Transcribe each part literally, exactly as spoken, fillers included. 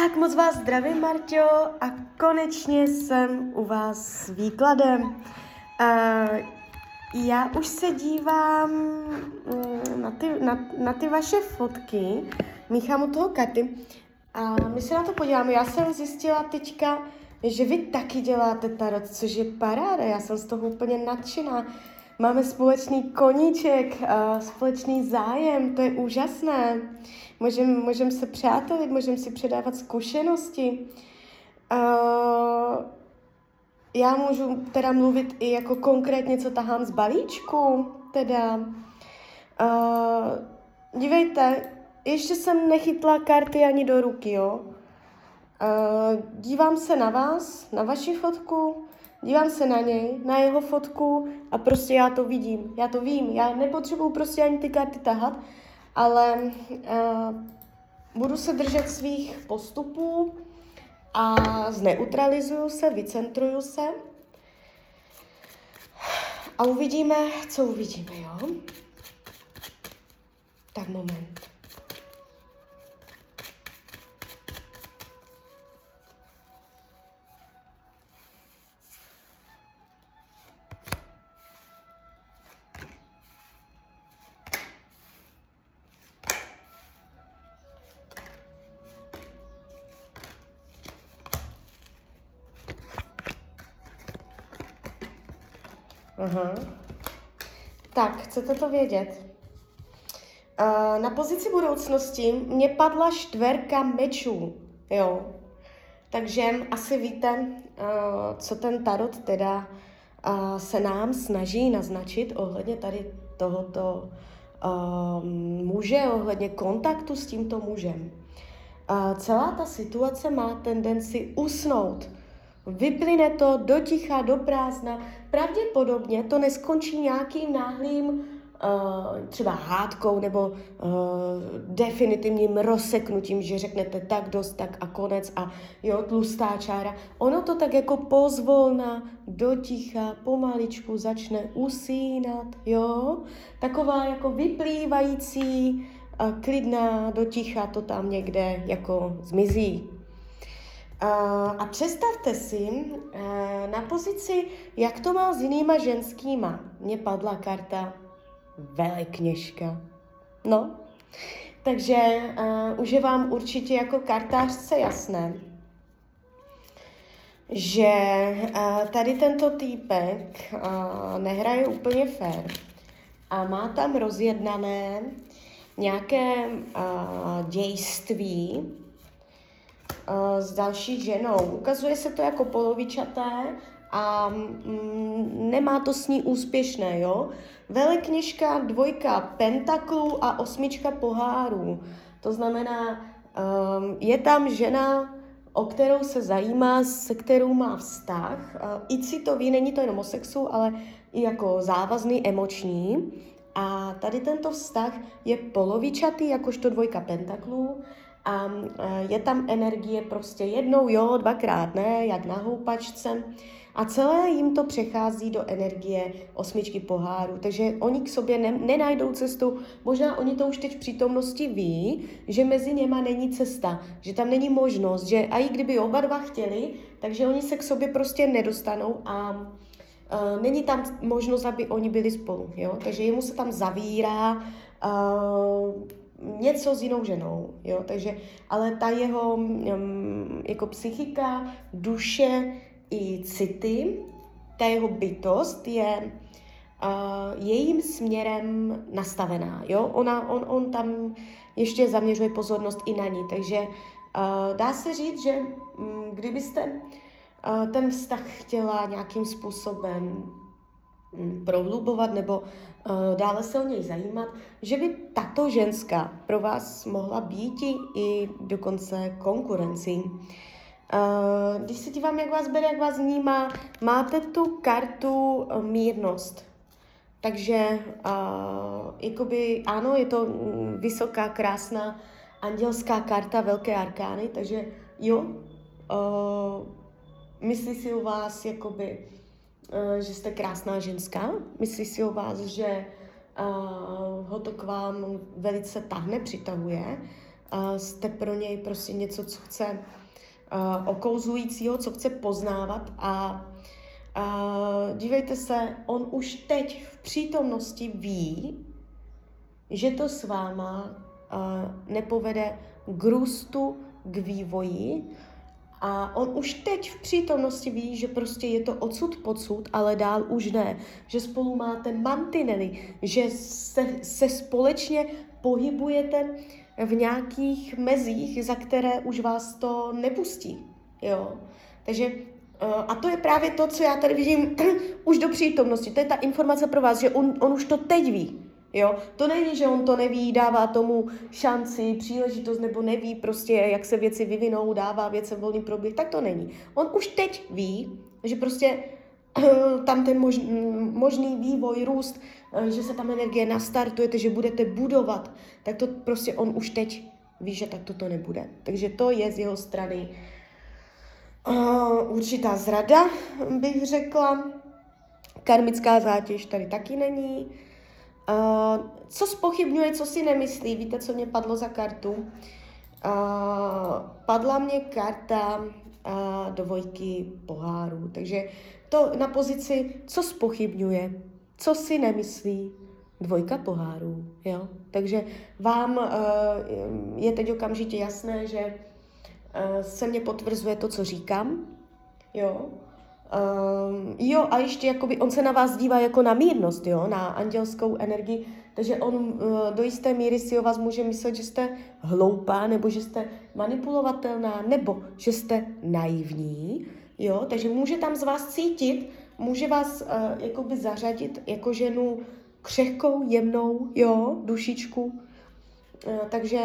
Tak moc vás zdravím, Marťo, a konečně jsem u vás s výkladem. Uh, já už se dívám um, na, ty, na, na ty vaše fotky, míchám u toho karty a my se na to podíváme. Já jsem zjistila teďka, že vy taky děláte tarot, což je paráda, já jsem z toho úplně nadšená. Máme společný koníček, uh, společný zájem, to je úžasné. Můžeme můžem se přátelit, můžeme si předávat zkušenosti. Uh, já můžu teda mluvit i jako konkrétně, co tahám z balíčku. Teda. Uh, dívejte, ještě jsem nechytla karty ani do ruky, jo. Uh, dívám se na vás, na vaši fotku, dívám se na něj, na jeho fotku a prostě já to vidím, já to vím. Já nepotřebuju prostě ani ty karty tahat, ale uh, budu se držet svých postupů a zneutralizuju se, vycentruju se a uvidíme, co uvidíme, jo? Tak moment. Aha. Tak, chcete to vědět? Uh, na pozici budoucnosti mě padla čtverka mečů, jo. Takže asi víte, uh, co ten tarot teda uh, se nám snaží naznačit ohledně tady tohoto uh, muže, ohledně kontaktu s tímto mužem. Uh, celá ta situace má tendenci usnout. Vyplyne to do ticha, do prázdna. Pravděpodobně to neskončí nějakým náhlým uh, třeba hádkou nebo uh, definitivním rozseknutím, že řeknete tak dost, tak a konec a jo, tlustá čára. Ono to tak jako pozvolna, do ticha, pomaličku začne usínat, jo. Taková jako vyplývající, uh, klidná, do ticha to tam někde jako zmizí. Uh, a představte si, uh, na pozici, jak to má s jinýma ženskýma. Mně padla karta velekněžka. No, takže uh, už je vám určitě jako kartářce jasné, že uh, tady tento týpek uh, nehraje úplně fér a má tam rozjednané nějaké uh, dějství s další ženou. Ukazuje se to jako polovičaté a mm, nemá to s ní úspěšné, jo. Velekněžka, dvojka pentaklů a osmička pohárů. To znamená, um, je tam žena, o kterou se zajímá, se kterou má vztah. Uh, I citový, není to jenom o sexu, ale i jako závazný, emoční. A tady tento vztah je polovičatý, jakožto dvojka pentaklů. A je tam energie prostě jednou, jo, dvakrát ne, jak na houpačce. A celé jim to přechází do energie osmičky poháru. Takže oni k sobě ne, nenajdou cestu. Možná oni to už teď v přítomnosti ví, že mezi něma není cesta, že tam není možnost, že a i kdyby oba dva chtěli, takže oni se k sobě prostě nedostanou a uh, není tam možnost, aby oni byli spolu, jo. Takže jemu se tam zavírá uh, něco s jinou ženou, jo, takže, ale ta jeho um, jako psychika, duše i city, ta jeho bytost je uh, jejím směrem nastavená, jo, ona, on, on tam ještě zaměřuje pozornost i na ní, takže uh, dá se říct, že um, kdybyste uh, ten vztah chtěla nějakým způsobem prohlubovat nebo uh, dále se o něj zajímat, že by tato ženská pro vás mohla být i dokonce konkurencí. Uh, když se dívám, jak vás bere, jak vás vnímá, máte tu kartu uh, mírnost. Takže uh, jakoby, ano, je to vysoká, krásná andělská karta velké arkány, takže jo, uh, myslí si u vás jakoby že jste krásná ženská, myslí si o vás, že uh, ho to k vám velice tahne, přitahuje, uh, jste pro něj prostě něco, co chce uh, okouzlujícího, co chce poznávat a uh, dívejte se, on už teď v přítomnosti ví, že to s váma uh, nepovede k růstu, k vývoji a on už teď v přítomnosti ví, že prostě je to odsud pocud, ale dál už ne, že spolu máte mantinely, že se, se společně pohybujete v nějakých mezích, za které už vás to nepustí. Jo? Takže a to je právě to, co já tady vidím už do přítomnosti. To je ta informace pro vás, že on, on už to teď ví. Jo? To není, že on to neví, dává tomu šanci, příležitost nebo neví prostě, jak se věci vyvinou, dává věcem volný proběh, tak to není. On už teď ví, že prostě tam ten mož, možný vývoj, růst, že se tam energie nastartujete, že budete budovat, tak to prostě on už teď ví, že tak to nebude. Takže to je z jeho strany uh, určitá zrada, bych řekla. Karmická zátěž tady taky není. Uh, co zpochybňuje, co si nemyslí, víte, co mě padlo za kartu? Uh, padla mě karta uh, dvojky pohárů, takže to na pozici, co zpochybňuje, co si nemyslí, dvojka pohárů, jo? Takže vám uh, je teď okamžitě jasné, že uh, se mně potvrzuje to, co říkám, jo? Um, jo, a ještě jakoby on se na vás dívá jako na mírnost, jo, na andělskou energii, takže on uh, do jisté míry si o vás může myslet, že jste hloupá, nebo že jste manipulovatelná, nebo že jste naivní, jo, takže může tam z vás cítit, může vás uh, jakoby zařadit jako ženu křehkou, jemnou, jo, dušičku, uh, takže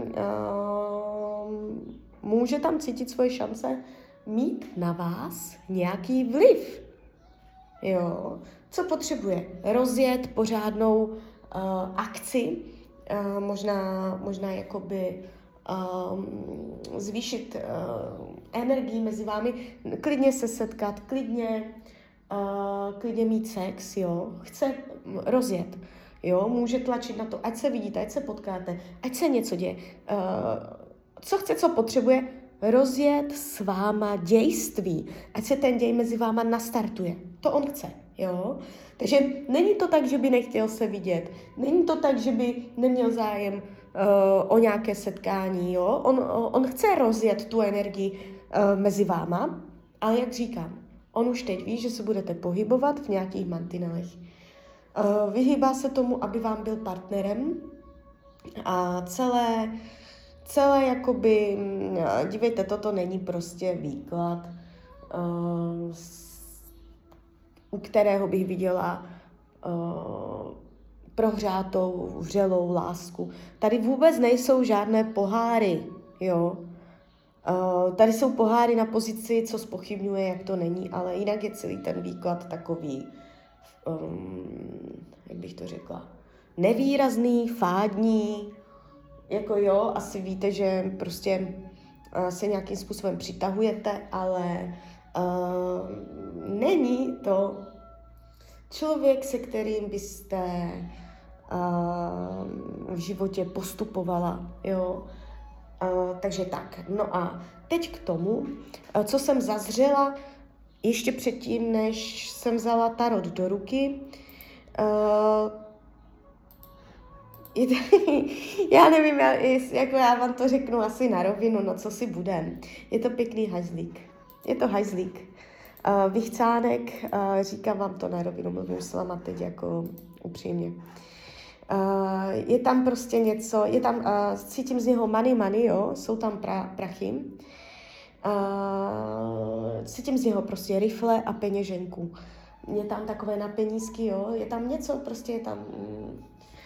uh, může tam cítit svoje šance mít na vás nějaký vliv. Jo. Co potřebuje? Rozjet pořádnou uh, akci, uh, možná, možná jakoby um, zvýšit uh, energii mezi vámi, klidně se setkat, klidně, uh, klidně mít sex, jo. Chce rozjet, jo. Může tlačit na to, ať se vidíte, ať se potkáte, ať se něco děje. Uh, co chce, co potřebuje? Rozjet s váma dějství, ať se ten děj mezi váma nastartuje. To on chce, jo? Takže není to tak, že by nechtěl se vidět, není to tak, že by neměl zájem uh, o nějaké setkání, jo? On, on chce rozjet tu energii uh, mezi váma, ale jak říkám, on už teď ví, že se budete pohybovat v nějakých mantinelech. Uh, vyhýbá se tomu, aby vám byl partnerem a celé Celé jakoby, dívejte, toto není prostě výklad, uh, u kterého bych viděla uh, prohřátou, vřelou lásku. Tady vůbec nejsou žádné poháry, jo. Uh, tady jsou poháry na pozici, co zpochybňuje, jak to není, ale jinak je celý ten výklad takový, um, jak bych to řekla, nevýrazný, fádní. Jako jo, asi víte, že prostě uh, se nějakým způsobem přitahujete, ale uh, není to člověk, se kterým byste uh, v životě postupovala, jo. Uh, takže tak, no a teď k tomu, uh, co jsem zazřela ještě předtím, než jsem vzala tarot do ruky. Uh, Já nevím, já, jako já vám to řeknu asi na rovinu, no co si budem. Je to pěkný hajzlík. Je to hajzlík. Uh, vychcánek, uh, říkám vám to na rovinu, mluvím s váma teď jako upřímně. Uh, je tam prostě něco, je tam, uh, cítím z něho money, money, jo, jsou tam pra, prachy. Uh, cítím z něho prostě rifle a peněženku. Je tam takové na penízky, jo, je tam něco, prostě je tam... Mm,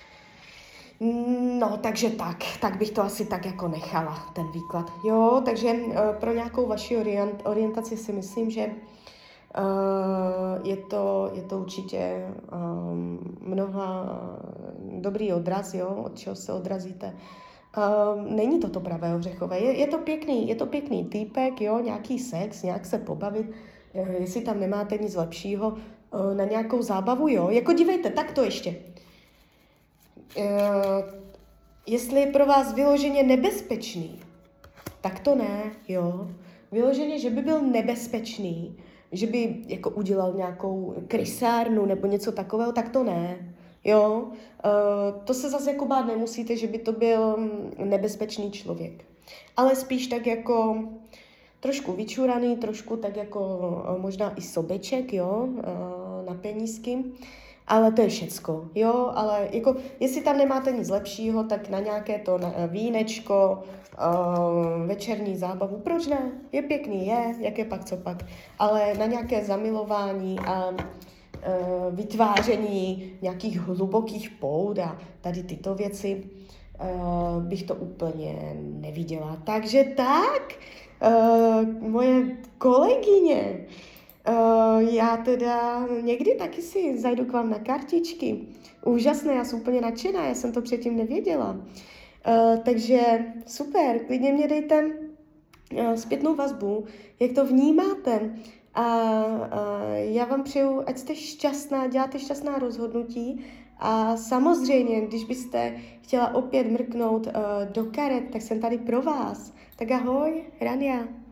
No, takže tak, tak bych to asi tak jako nechala, ten výklad. Jo, takže uh, pro nějakou vaši orient, orientaci si myslím, že uh, je, to, je to určitě um, mnoha dobrý odraz, jo, od čeho se odrazíte. Uh, není to to pravé ořechové, je, je to pěkný, je to pěkný týpek, jo, nějaký sex, nějak se pobavit, uh, jestli tam nemáte nic lepšího, uh, na nějakou zábavu, jo, jako dívejte, tak to ještě. Uh, jestli je pro vás vyloženě nebezpečný, tak to ne, jo. Vyloženě, že by byl nebezpečný, že by jako udělal nějakou krysárnu nebo něco takového, tak to ne, jo. Uh, to se zase jako bát nemusíte, že by to byl nebezpečný člověk. Ale spíš tak jako trošku vyčuraný, trošku tak jako uh, možná i sobeček, jo, uh, na penízky. Ale to je všecko, jo, ale jako, jestli tam nemáte nic lepšího, tak na nějaké to na, vínečko, uh, večerní zábavu, proč ne? Je pěkný, je, jak je pak, co pak, ale na nějaké zamilování a uh, vytváření nějakých hlubokých pout a tady tyto věci uh, bych to úplně neviděla. Takže tak, uh, moje kolegyně, Uh, já teda někdy taky si zajdu k vám na kartičky. Úžasné, já jsem úplně nadšená, já jsem to předtím nevěděla. Uh, takže super, klidně mě dejte uh, zpětnou vazbu, jak to vnímáte. A uh, já vám přeju, ať jste šťastná, děláte šťastná rozhodnutí. A samozřejmě, když byste chtěla opět mrknout uh, do karet, tak jsem tady pro vás. Tak ahoj, Rania.